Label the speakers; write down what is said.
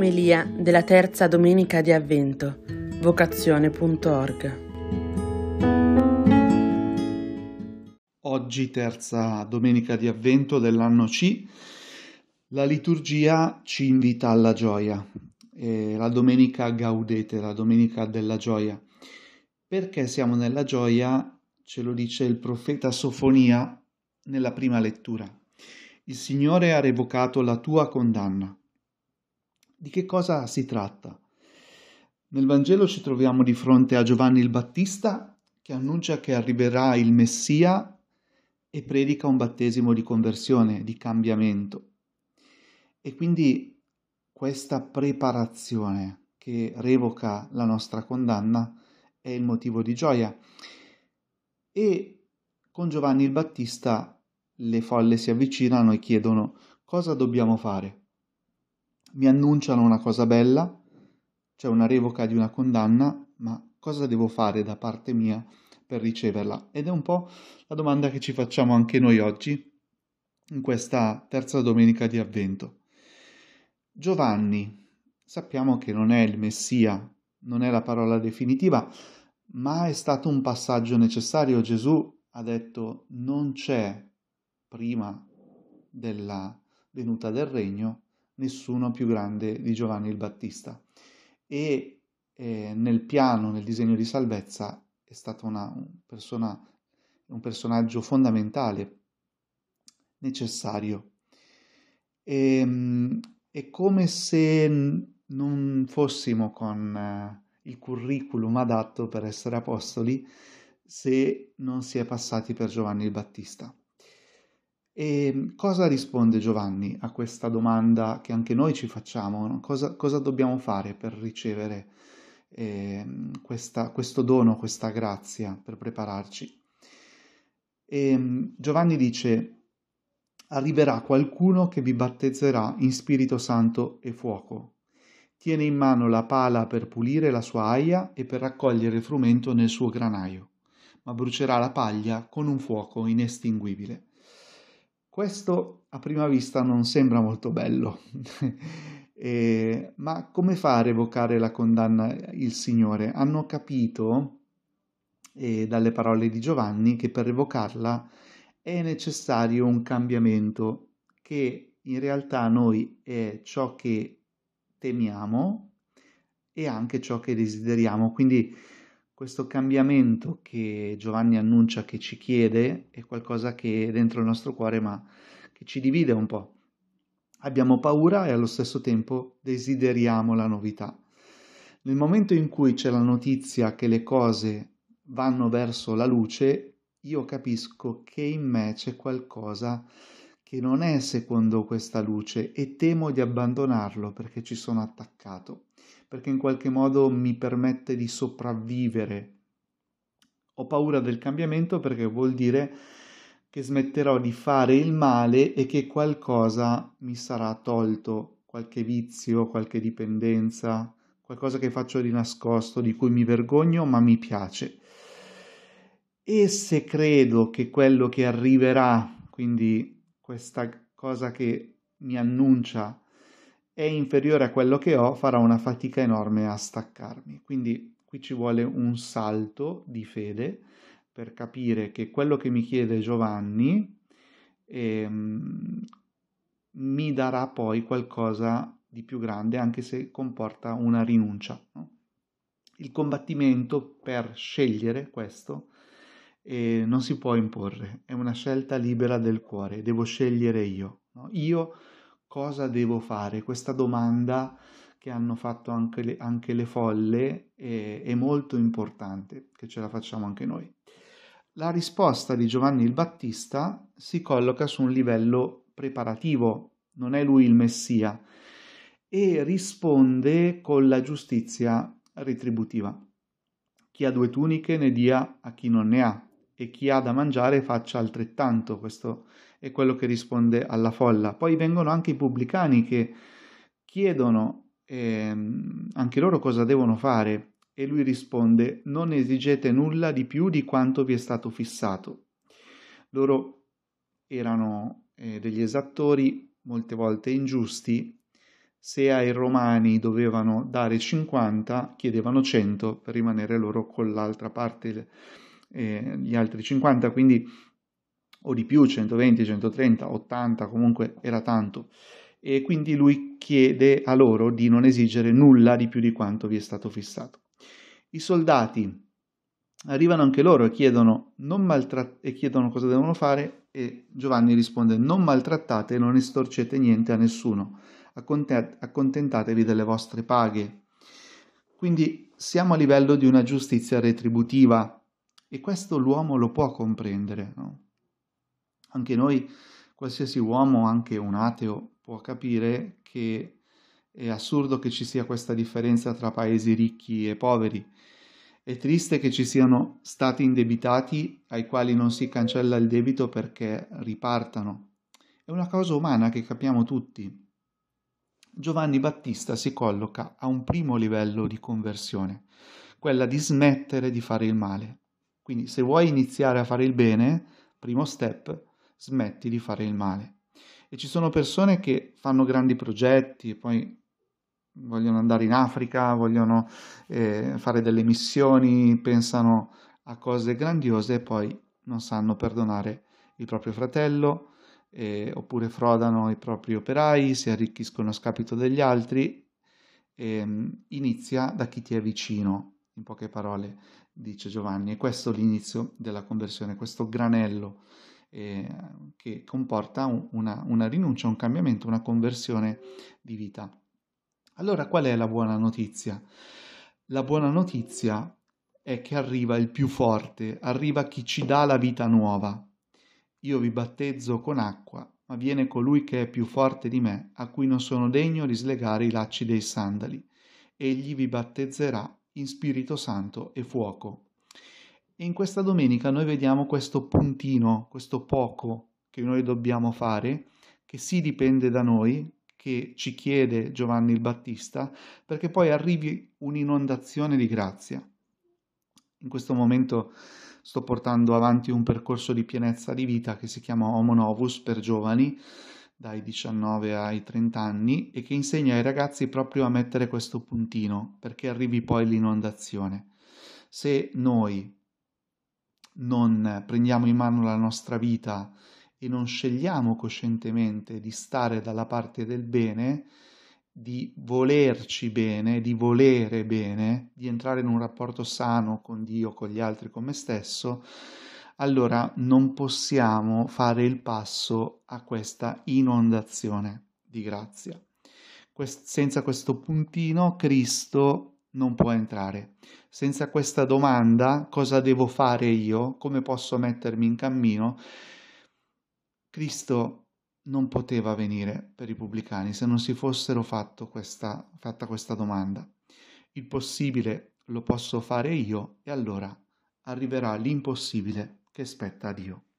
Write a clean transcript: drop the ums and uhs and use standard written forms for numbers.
Speaker 1: Omelia della terza domenica di Avvento, vocazione.org.
Speaker 2: Oggi, terza domenica di Avvento dell'anno C, la liturgia ci invita alla gioia. La domenica Gaudete, la domenica della gioia. Perché siamo nella gioia? Ce lo dice il profeta Sofonia nella prima lettura. Il Signore ha revocato la tua condanna. Di che cosa si tratta? Nel Vangelo ci troviamo di fronte a Giovanni il Battista che annuncia che arriverà il Messia e predica un battesimo di conversione, di cambiamento. E quindi questa preparazione che revoca la nostra condanna è il motivo di gioia. E con Giovanni il Battista le folle si avvicinano e chiedono: cosa dobbiamo fare? Mi annunciano una cosa bella, cioè una revoca di una condanna, ma cosa devo fare da parte mia per riceverla? Ed è un po' la domanda che ci facciamo anche noi oggi, in questa terza domenica di Avvento. Giovanni, sappiamo che non è il Messia, non è la parola definitiva, ma è stato un passaggio necessario. Gesù ha detto: non c'è prima della venuta del regno nessuno più grande di Giovanni il Battista. E nel piano, nel disegno di salvezza, è stato un personaggio fondamentale, necessario. È come se non fossimo con il curriculum adatto per essere apostoli se non si è passati per Giovanni il Battista. E cosa risponde Giovanni a questa domanda che anche noi ci facciamo, no? Cosa dobbiamo fare per ricevere questo dono, questa grazia, per prepararci? Giovanni dice: arriverà qualcuno che vi battezzerà in Spirito Santo e fuoco. Tiene in mano la pala per pulire la sua aia e per raccogliere il frumento nel suo granaio, ma brucerà la paglia con un fuoco inestinguibile. Questo a prima vista non sembra molto bello, ma come fa a revocare la condanna il Signore? Hanno capito, dalle parole di Giovanni, che per revocarla è necessario un cambiamento, che in realtà noi è ciò che temiamo e anche ciò che desideriamo. Quindi questo cambiamento che Giovanni annuncia, che ci chiede, è qualcosa che è dentro il nostro cuore, ma che ci divide un po'. Abbiamo paura e allo stesso tempo desideriamo la novità. Nel momento in cui c'è la notizia che le cose vanno verso la luce, io capisco che in me c'è qualcosa che non è secondo questa luce e temo di abbandonarlo perché ci sono attaccato, perché in qualche modo mi permette di sopravvivere. Ho paura del cambiamento perché vuol dire che smetterò di fare il male e che qualcosa mi sarà tolto, qualche vizio, qualche dipendenza, qualcosa che faccio di nascosto, di cui mi vergogno, ma mi piace. E se credo che quello che arriverà, quindi questa cosa che mi annuncia, è inferiore a quello che ho, farò una fatica enorme a staccarmi. Quindi qui ci vuole un salto di fede per capire che quello che mi chiede Giovanni mi darà poi qualcosa di più grande, anche se comporta una rinuncia, no? Il combattimento per scegliere questo non si può imporre, è una scelta libera del cuore, devo scegliere io, no? Io cosa devo fare? Questa domanda che hanno fatto anche le folle è molto importante che ce la facciamo anche noi. La risposta di Giovanni il Battista si colloca su un livello preparativo, non è lui il Messia, e risponde con la giustizia retributiva. Chi ha 2 tuniche ne dia a chi non ne ha, e chi ha da mangiare faccia altrettanto. Questo è quello che risponde alla folla. Poi vengono anche i pubblicani che chiedono anche loro cosa devono fare, e lui risponde: non esigete nulla di più di quanto vi è stato fissato. Loro erano degli esattori, molte volte ingiusti, Se ai romani dovevano dare 50, chiedevano 100 per rimanere loro con l'altra parte, gli altri 50, quindi o di più, 120, 130, 80, comunque era tanto. E quindi lui chiede a loro di non esigere nulla di più di quanto vi è stato fissato. I soldati arrivano anche loro e chiedono, e chiedono cosa devono fare, e Giovanni risponde: non maltrattate e non estorcete niente a nessuno, accontentatevi delle vostre paghe. Quindi siamo a livello di una giustizia retributiva, e questo l'uomo lo può comprendere, no? Anche noi, qualsiasi uomo, anche un ateo, può capire che è assurdo che ci sia questa differenza tra paesi ricchi e poveri. È triste che ci siano stati indebitati ai quali non si cancella il debito perché ripartano. È una cosa umana che capiamo tutti. Giovanni Battista si colloca a un primo livello di conversione, quella di smettere di fare il male. Quindi se vuoi iniziare a fare il bene, primo step, smetti di fare il male. E ci sono persone che fanno grandi progetti e poi vogliono andare in Africa, vogliono fare delle missioni, pensano a cose grandiose e poi non sanno perdonare il proprio fratello, oppure frodano i propri operai, si arricchiscono a scapito degli altri. Inizia da chi ti è vicino, in poche parole, dice Giovanni, e questo è l'inizio della conversione, questo granello che comporta una rinuncia, un cambiamento, una conversione di vita. Allora, qual è la buona notizia? La buona notizia è che arriva il più forte, arriva chi ci dà la vita nuova. Io vi battezzo con acqua, ma viene colui che è più forte di me, a cui non sono degno di slegare i lacci dei sandali. Egli vi battezzerà in Spirito Santo e fuoco. E in questa domenica noi vediamo questo puntino, questo poco che noi dobbiamo fare, che sì dipende da noi, che ci chiede Giovanni il Battista, perché poi arrivi un'inondazione di grazia. In questo momento sto portando avanti un percorso di pienezza di vita che si chiama Homo Novus per giovani, dai 19 ai 30 anni, e che insegna ai ragazzi proprio a mettere questo puntino, perché arrivi poi l'inondazione. Se noi non prendiamo in mano la nostra vita e non scegliamo coscientemente di stare dalla parte del bene, di volerci bene, di volere bene, di entrare in un rapporto sano con Dio, con gli altri, con me stesso, allora non possiamo fare il passo a questa inondazione di grazia. Senza questo puntino Cristo non può entrare. Senza questa domanda, cosa devo fare io? Come posso mettermi in cammino? Cristo non poteva venire per i pubblicani se non si fossero fatta questa domanda. Il possibile lo posso fare io e allora arriverà l'impossibile che spetta a Dio.